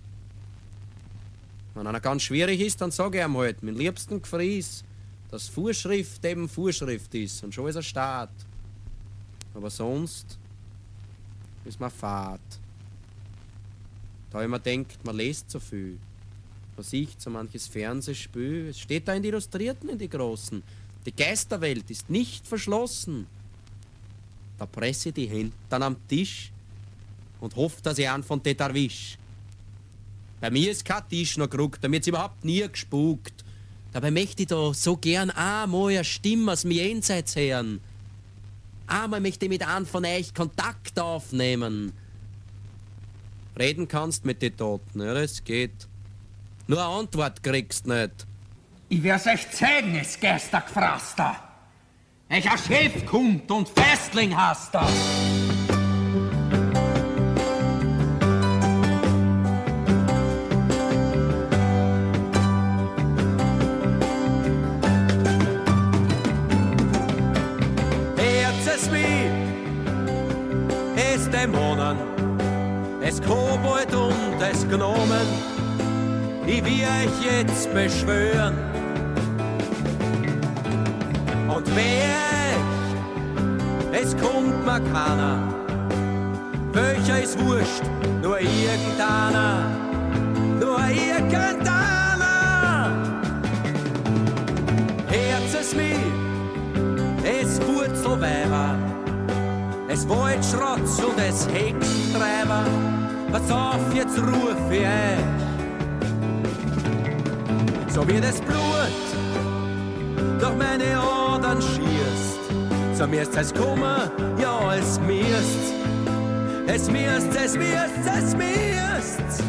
Wenn einer ganz schwierig ist, dann sage ich ihm halt, mein liebsten Gefries, dass Vorschrift eben Vorschrift ist und schon ist er Staat. Aber sonst ist man fad. Da habe ich mir gedacht, man liest so viel. Da sieht so manches Fernsehspiel. Es steht da in die Illustrierten, in die Großen. Die Geisterwelt ist nicht verschlossen. Da presse ich die Hände dann am Tisch und hoffe, dass ich einen von denen erwisch. Bei mir ist kein Tisch noch gerückt, da wird's überhaupt nie gespukt. Dabei möchte ich da so gern einmal eine Stimme aus mir jenseits hören. Einmal möchte ich mit einem von euch Kontakt aufnehmen. Reden kannst mit den Toten, ja, das geht. Nur eine Antwort kriegst nicht. Ich werd's euch zeigen, es Geistergefraster. Euch ein Chef kommt und Festling hast da. Es Dämonen, es Kobold und es Gnomen, ich will euch jetzt beschwören. Und wer ich, es kommt mir keiner, welcher ist wurscht, nur irgendeiner, nur irgendeiner. Herz es mich, es Wurzelweiber, es Waldschrotz und es Hexentreiber, pass auf, jetzt ruf ich euch. So wie das Blut durch meine Adern schießt, so müsst es kommen, ja, es müsst, es müsst, es müsst, es müsst.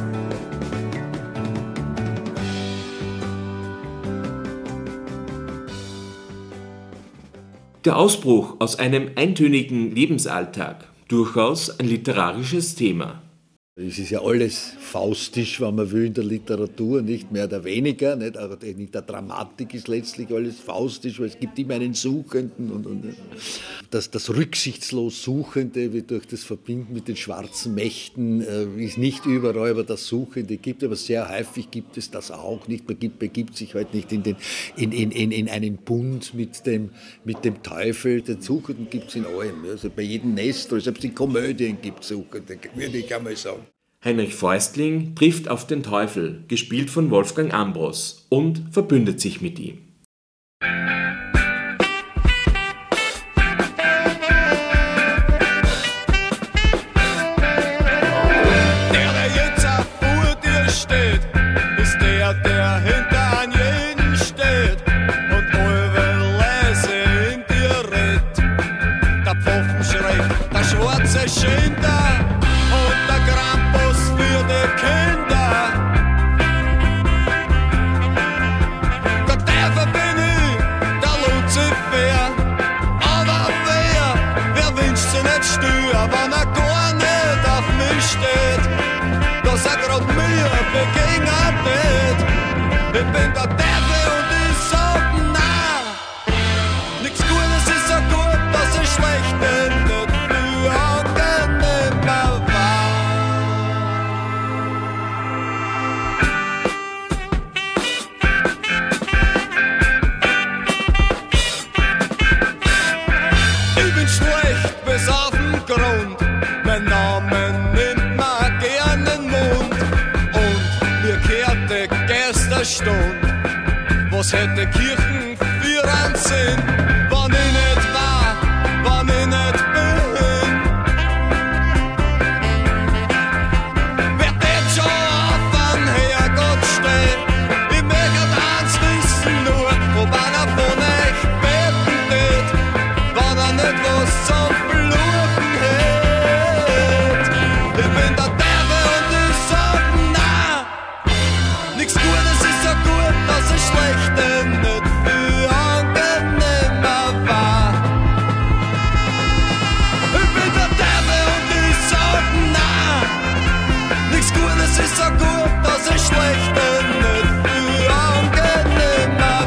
Der Ausbruch aus einem eintönigen Lebensalltag, durchaus ein literarisches Thema. Es ist ja alles faustisch, wenn man will, in der Literatur, nicht mehr oder weniger. Nicht? Auch in der Dramatik ist letztlich alles faustisch, weil es gibt immer einen Suchenden. Und, und das, das rücksichtslos Suchende, wie durch das Verbinden mit den schwarzen Mächten, äh, ist nicht überall, aber das Suchende gibt. Aber sehr häufig gibt es das auch nicht. Man gibt, begibt sich halt nicht in, den, in, in, in, in einen Bund mit dem, mit dem Teufel. Den Suchenden gibt es in allem. Also bei jedem Nest, oder selbst in Komödien gibt es Suchende, würde ich einmal sagen. Heinrich Fäustling trifft auf den Teufel, gespielt von Wolfgang Ambros, und verbündet sich mit ihm. Der, der jetzt auf vor dir steht, ist der, der hinter an jeden steht und alle leise in dir redet. Der Pfaffenschreck, der schwarze Schinder und der Krampus für die Kinder. Der Teufel bin ich, der Luzifer. Aber wer, wer wünscht sich nicht still, wenn er gar nicht auf mich steht? Dass er grad mir begegnet wird. Ich bin der Teufel und ich sag nein. Nix Gutes ist so gut, dass es schlecht endet. Für angenehmer war. Ich bin schlecht bis auf den Grund. Mein Name nimmt man gern in den Mund. Und mir kehrt die Geisterstunde. Was hätte Kirchen für einen Sinn, wenn ich nicht war, wenn ich nicht bin? Wer tät schon auf an Herrgott stehen? Ich möchte eins wissen nur, ob einer von euch beten tät, wenn er nicht was zum Fluchen hätt. Ich bin der Teufel und ich sag nein. Nix Gutes ist so gut, dass es schlecht endet. Für angenehmer war. Ich bin der Teufel und ich sag nein. Nix Gutes ist so gut, dass es schlecht endet. Für angenehmer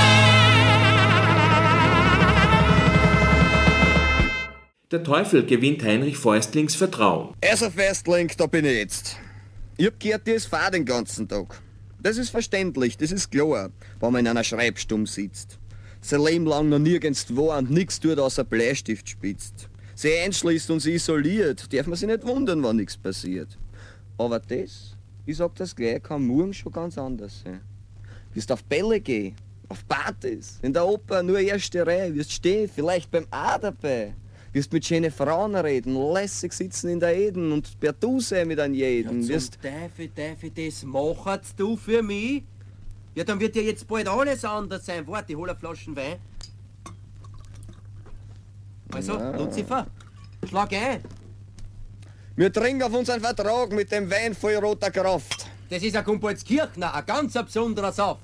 Der Teufel gewinnt Heinrich Fäustlings Vertrauen. Also Fäustling, da bin ich jetzt. Ich hab gehört, dir ist fahr den ganzen Tag. Das ist verständlich, das ist klar, wenn man in einer Schreibstumm sitzt. Sein Leben lang noch nirgends war und nichts tut, außer Bleistift spitzt. Sie einschließt und sie isoliert, darf man sich nicht wundern, wenn nichts passiert. Aber das, Ich sag das gleich, kann morgen schon ganz anders sein. Wirst auf Bälle gehen, auf Partys, in der Oper nur erste Reihe, wirst stehen, vielleicht beim A dabei. Wirst mit schönen Frauen reden, lässig sitzen in der Eden und per Du sein mit an jeden. Ja, wirst Teufel, Teufel, das machst du für mich? Ja, dann wird ja jetzt bald alles anders sein. Warte, ich hol eine Flasche Wein. Also, Ja. Lucifer, schlag ein. Wir trinken auf unseren Vertrag mit dem Wein voll roter Kraft. Das ist ein Gumpolzkirchner, ein ganz besonderer Saft.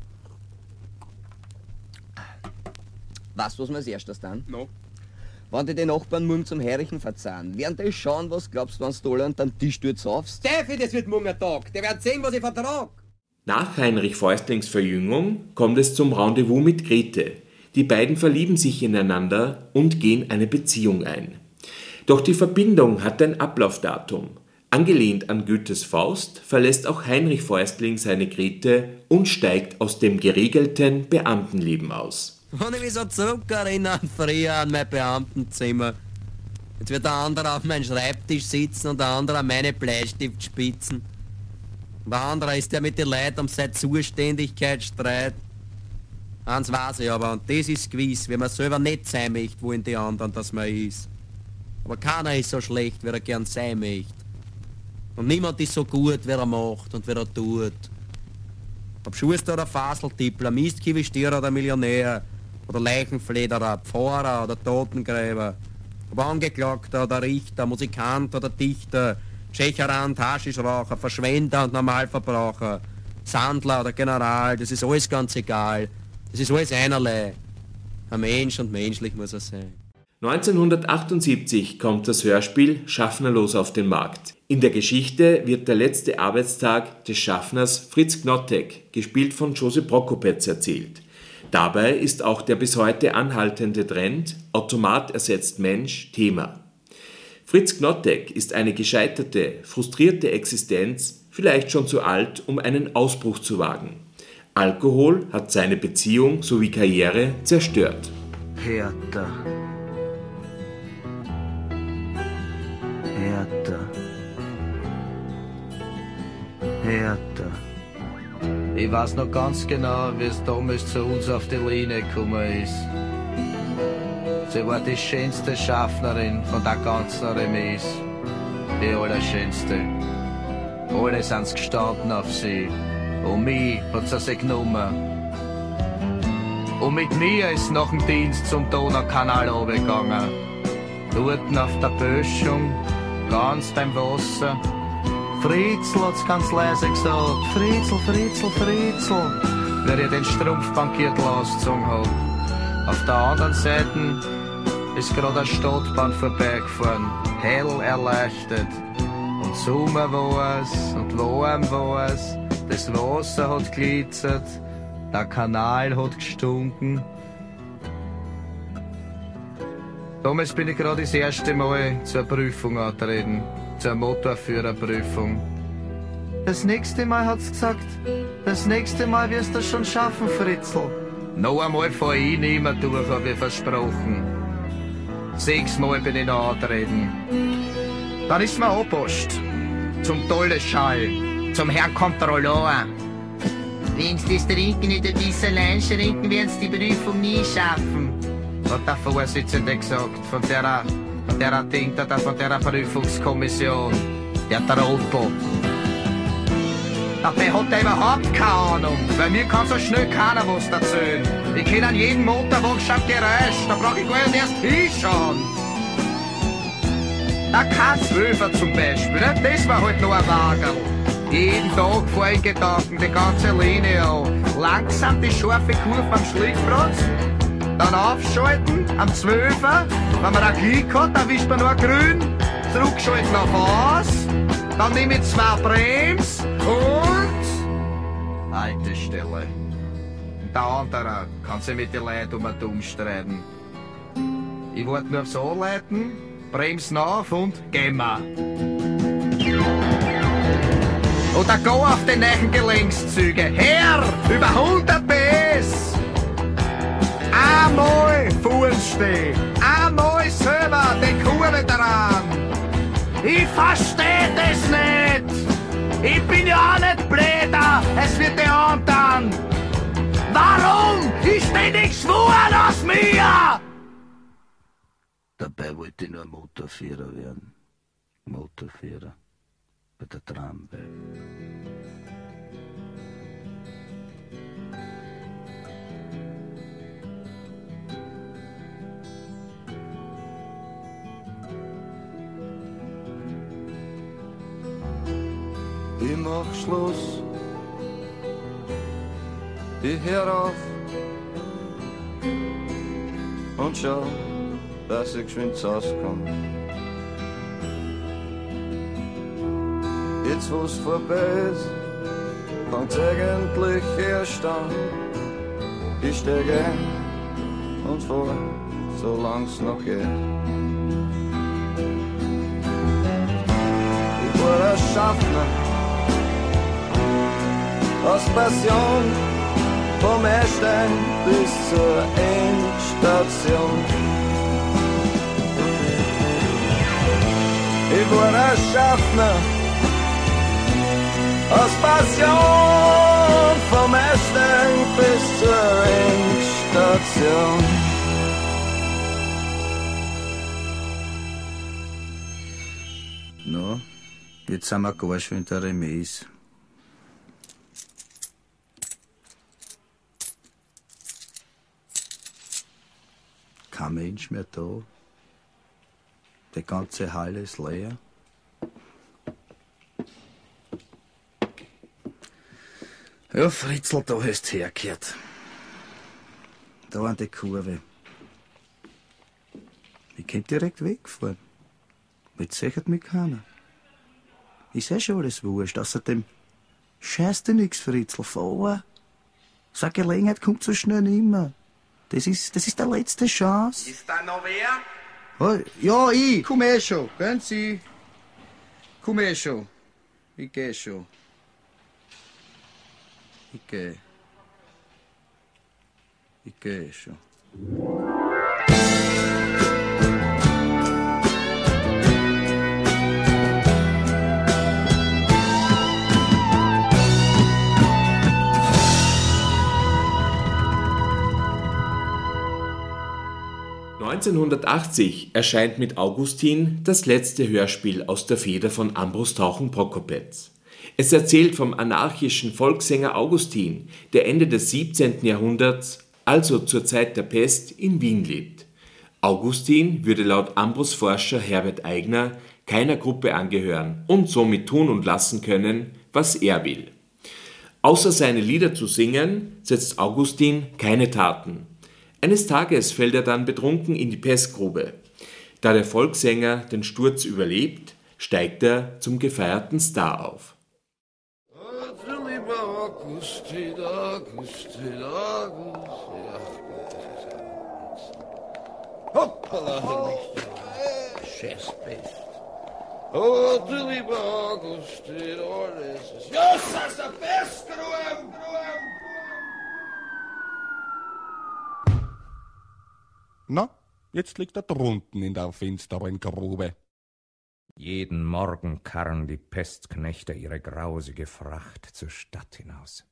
Weißt du, was wir als erstes dann? No. Wenn die den Nachbarn morgen zum Herrchen verzahnen, werden die schauen, was glaubst du, wenn's Dollar und dann Tisch dort saufst? Teufel, das wird morgen ein Tag. Der wird sehen, was ich vertrag. Nach Heinrich Fäustlings Verjüngung kommt es zum Rendezvous mit Grete. Die beiden verlieben sich ineinander und gehen eine Beziehung ein. Doch die Verbindung hat ein Ablaufdatum. Angelehnt an Goethes Faust verlässt auch Heinrich Fäustling seine Grete und steigt aus dem geregelten Beamtenleben aus. Wenn ich mich so zurückerinnere an früher an mein Beamtenzimmer. Jetzt wird der andere auf meinem Schreibtisch sitzen und der andere an meine Bleistiftspitzen. Und der andere ist der mit den Leuten um seine Zuständigkeit streit. Eins weiß ich aber, und das ist gewiss, wenn man selber nicht sein möchte, wollen die anderen, dass man ist. Aber keiner ist so schlecht, wie er gern sein möchte. Und niemand ist so gut, wie er macht und wie er tut. Ob Schuster oder Faseltippler, Mistkivistierer oder Millionär, oder Leichenflederer, Pfarrer oder Totengräber, ob Angeklagter oder Richter, Musikant oder Dichter, Tschecherant, Haschischraucher, Verschwender und Normalverbraucher, Sandler oder General, das ist alles ganz egal. Das ist alles einerlei. Ein Mensch und menschlich muss er sein. neunzehnhundertachtundsiebzig kommt das Hörspiel Schaffnerlos auf den Markt. In der Geschichte wird der letzte Arbeitstag des Schaffners Fritz Knottek, gespielt von Josip Prokopetz, erzählt. Dabei ist auch der bis heute anhaltende Trend Automat ersetzt Mensch Thema. Fritz Knottek ist eine gescheiterte, frustrierte Existenz, vielleicht schon zu alt, um einen Ausbruch zu wagen. Alkohol hat seine Beziehung sowie Karriere zerstört. Härter. Härter. Härter. Ich weiß noch ganz genau, wie es damals zu uns auf die Linie gekommen ist. Sie war die schönste Schaffnerin von der ganzen Remise. Die allerschönste. Alle sind's gestanden auf sie. Und mich hat sie sich genommen. Und mit mir ist nach dem Dienst zum Donaukanal runtergegangen. Dort auf der Böschung, ganz beim Wasser. Fritzl hat's ganz leise gesagt. Fritzl, Fritzl, Fritzl. Wer ihr den Strumpfbankiertel ausgezogen hat. Auf der anderen Seite ist gerade eine Stadtbahn vorbeigefahren. Hell erleuchtet. Und Sommer war es und warm war es. Das Wasser hat glitzert. Der Kanal hat gestunken. Damals bin ich gerade das erste Mal zur Prüfung angetreten. Zur Motorführerprüfung. Das nächste Mal hat's gesagt, das nächste Mal wirst du schon schaffen, Fritzl. Noch einmal fahr ich nicht mehr durch, hab ich versprochen. Sechsmal bin ich noch angetreten. Dann ist mir angepasst. Zum Dolleschall, zum Herrn Kontrolleur. Wenn sie das Trinken nicht ein bisschen einschränken, werden sie die Prüfung nie schaffen. Hat der Vorsitzende gesagt, von der, von der Ding, da, von der Prüfungskommission. Der Trottel. Dabei hat er überhaupt keine Ahnung, weil mir kann so schnell keiner was erzählen. Ich kenne an jedem Motorwagen schon Geräusch, da brauch ich gar nicht erst hinschauen. Der K zwölfer zum Beispiel, ne? Das war halt noch ein Wagerl. Jeden Tag fahr ich Gedanken die ganze Linie an. Langsam die scharfe Kurve am Schlickplatz, dann aufschalten am zwölfer. Wenn man einen Klick hat, dann wischt man nur grün, zurückschalten auf aus, dann nehme ich zwei Brems und Haltestelle. Der andere kann sich mit den Leuten um den Dumm streiten. Ich warte nur aufs Anleiten, bremsen auf und gehen wir. Oder go auf die neuen Gelenkszüge. Herr, über hundert P S. Einmal Fuß stehen, einmal selber die Kurve dran. Ich versteh das nicht. Ich bin ja auch nicht blöder, es wird dir antan. Warum ist denn nichts geworden aus mir? Dabei wollte ich nur Motorführer werden. Motorführer bei der Tramway. Ich mach Schluss, ich hör auf und schau, dass ich geschwind rauskomm. Jetzt wo's vorbei ist, fangt's eigentlich erst an. Ich steig ein und fahr, solang's noch geht. Ich war ein Schaffner aus Passion, vom Ehrstein bis zur Endstation. Ich war ein Schaffner aus Passion, vom Ehrstein bis zur Endstation. No, jetzt sind wir gar schon in der Remise. Kein Mensch mehr da. Die ganze Halle ist leer. Ja, Fritzl, da hast du hergehört. Da an die Kurve. Ich könnte direkt wegfahren. Jetzt sichert mich keiner. Ist eh schon alles wurscht. Außerdem scheißt dir nix, Fritzl, fahr. So eine Gelegenheit kommt so schnell nimmer. Das ist, das ist die letzte Chance. Ist da noch wer? Oh, ja, ich. Komm eh schon. Gehen Sie. Komm eh schon. Ich geh schon. Ich geh. Ich geh schon. neunzehnhundertachtzig erscheint mit Augustin das letzte Hörspiel aus der Feder von Ambrus Tauchen-Prokopetz. Es erzählt vom anarchischen Volkssänger Augustin, der Ende des siebzehnten Jahrhunderts, also zur Zeit der Pest, in Wien lebt. Augustin würde laut Ambrus Forscher Herbert Aigner keiner Gruppe angehören und somit tun und lassen können, was er will. Außer seine Lieder zu singen, setzt Augustin keine Taten. Eines Tages fällt er dann betrunken in die Pestgrube. Da der Volkssänger den Sturz überlebt, steigt er zum gefeierten Star auf. Augustin, Augustin, Augustin. Hoppala, scheiß Pest. Oh, du lieber Augustin, alles ist... Just aus der Pestgrube! Na, jetzt liegt er drunten in der finsteren Grube. Jeden Morgen karren die Pestknechte ihre grausige Fracht zur Stadt hinaus.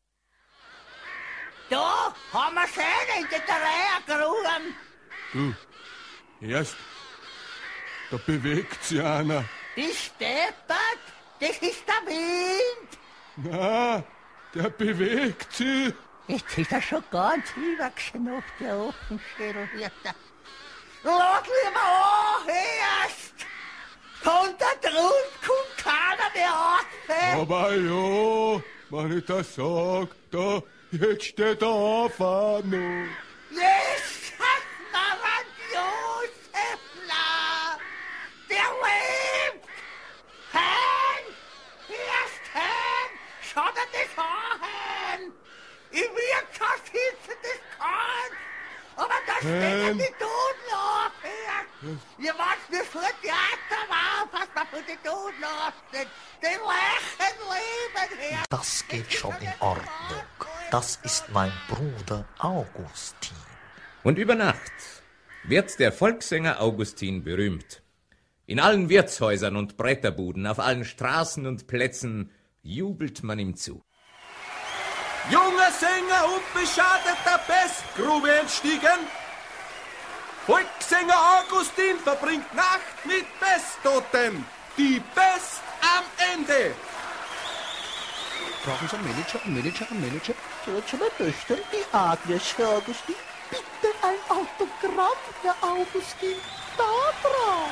Da haben wir schön in die Dreiergruben. Du, erst, da bewegt sich einer. Die steppert, das ist der Wind. Na, der bewegt sich. Jetzt ist er schon ganz übergewachsen auf der Offenschädel. Lass lieber an, erst! Von da drunten kommt keiner mehr raus. Aber ja, wenn ich das sag, da, jetzt steht er auf noch. Yes, Narren Josefla! Der lebt! Hein! Erst hein! Schau dir das an! Ich will schon sitzen, das kann! Aber da steht die Toten auf! Ihr wollt mir vor Theater auf, was man für die Toten aufsteht! Den Leichen leben her! Das geht schon in Ordnung. Das ist mein Bruder Augustin. Und über Nacht wird der Volkssänger Augustin berühmt. In allen Wirtshäusern und Bretterbuden, auf allen Straßen und Plätzen jubelt man ihm zu. Junger Sänger, unbeschadeter Pestgrube entstiegen. Volkssänger Augustin verbringt Nacht mit Pesttotem. Die Pest am Ende. Brauchen Sie einen Manager, einen Manager, einen Manager? Tut schon mal bestellen, die Agnes, Herr Augustin. Bitte ein Autogramm, Herr Augustin, da drauf.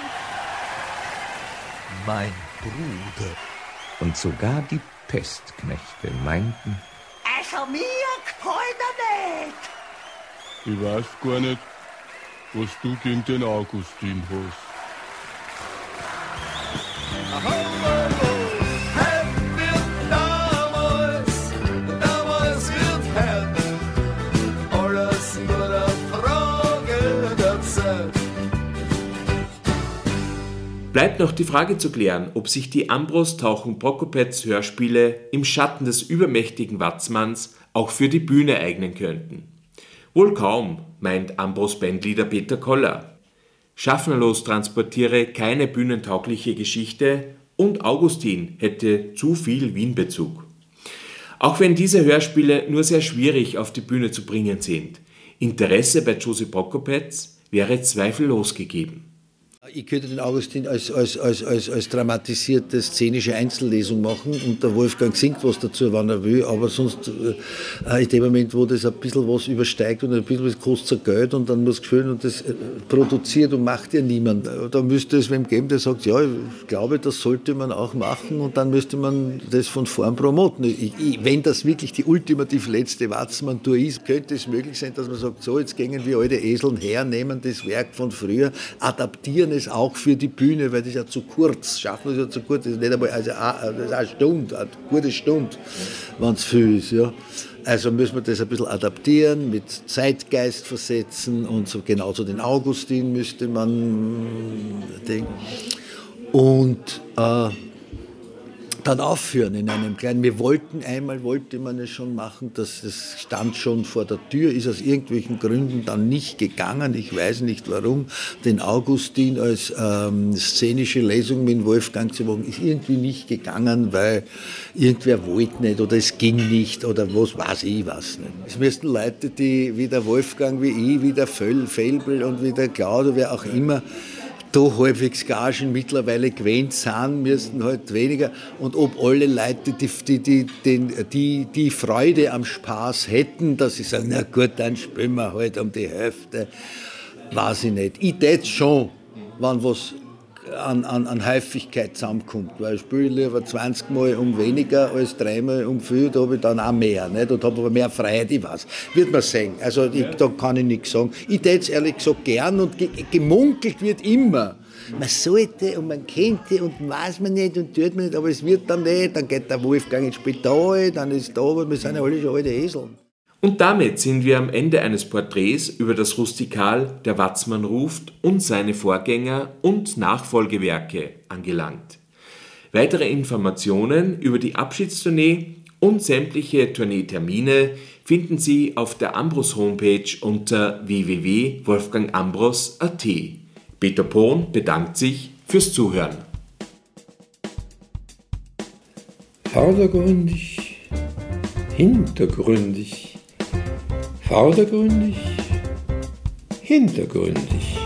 Mein Bruder. Und sogar die Pestknechte meinten, Also mir gefällt er nicht. Ich weiß gar nicht, was du gegen den Augustin hast. Bleibt noch die Frage zu klären, ob sich die Ambros-Tauchen-Prokopetz-Hörspiele im Schatten des übermächtigen Watzmanns auch für die Bühne eignen könnten. Wohl kaum, meint Ambros-Bandleader Peter Koller. Schaffnerlos transportiere keine bühnentaugliche Geschichte und Augustin hätte zu viel Wien-Bezug. Auch wenn diese Hörspiele nur sehr schwierig auf die Bühne zu bringen sind, Interesse bei Josip Prokopetz wäre zweifellos gegeben. Ich könnte den Augustin als, als, als, als, als dramatisierte szenische Einzellesung machen und der Wolfgang singt was dazu, wann er will, aber sonst äh, in dem Moment, wo das ein bisschen was übersteigt und ein bisschen was kostet Geld und dann muss gespielt und das äh, produziert und macht ja niemand. Da müsste es wem geben, der sagt, ja, ich glaube, das sollte man auch machen und dann müsste man das von vorn promoten. Ich, ich, wenn das wirklich die ultimativ letzte Watzmann-Tour ist, könnte es möglich sein, dass man sagt, so, jetzt gehen wir alte Eseln her, nehmen das Werk von früher, adaptieren es auch für die Bühne, weil das ist ja zu kurz. Schaffen wir es ja zu kurz. Das ist nicht einmal, also das ist eine Stunde, eine gute Stunde, wenn es viel ist. Ja. Also müssen wir das ein bisschen adaptieren, mit Zeitgeist versetzen und so genauso den Augustin müsste man denken. Und äh, dann aufführen in einem kleinen. Wir wollten einmal, wollte man es schon machen, das, das stand schon vor der Tür, ist aus irgendwelchen Gründen dann nicht gegangen, ich weiß nicht warum, den Augustin als ähm, szenische Lesung mit Wolfgang zu machen, ist irgendwie nicht gegangen, weil irgendwer wollte nicht oder es ging nicht oder was weiß ich was nicht. Es müssten Leute, die wie der Wolfgang, wie ich, wie der Felbel und wie der Claudio, wer auch immer, da halbwegs Gagen mittlerweile gewöhnt sind, müssten halt weniger. Und ob alle Leute die, die, die, die, die, die Freude am Spaß hätten, dass sie sagen, na gut, dann spielen wir halt um die Hälfte, weiß ich nicht. Ich tät schon, wenn was an, an, an Häufigkeit zusammenkommt, weil ich spiele lieber zwanzig Mal um weniger als dreimal um viel, da habe ich dann auch mehr, nicht? Und habe aber mehr Freiheit, ich weiß. Wird man sehen, also ich, da kann ich nichts sagen. Ich tät es ehrlich gesagt gern und ge- gemunkelt wird immer. Man sollte und man könnte und weiß man nicht und tut man nicht, aber es wird dann nicht, dann geht der Wolfgang ins Spital, dann ist da, aber wir sind ja alle schon alte Esel. Und damit sind wir am Ende eines Porträts über das Rustikal Der Watzmann ruft und seine Vorgänger und Nachfolgewerke angelangt. Weitere Informationen über die Abschiedstournee und sämtliche Tourneetermine finden Sie auf der Ambros-Homepage unter w w w punkt wolfgang ambros punkt a t. Peter Pohn bedankt sich fürs Zuhören. Vordergründig, hintergründig, vordergründig, hintergründig.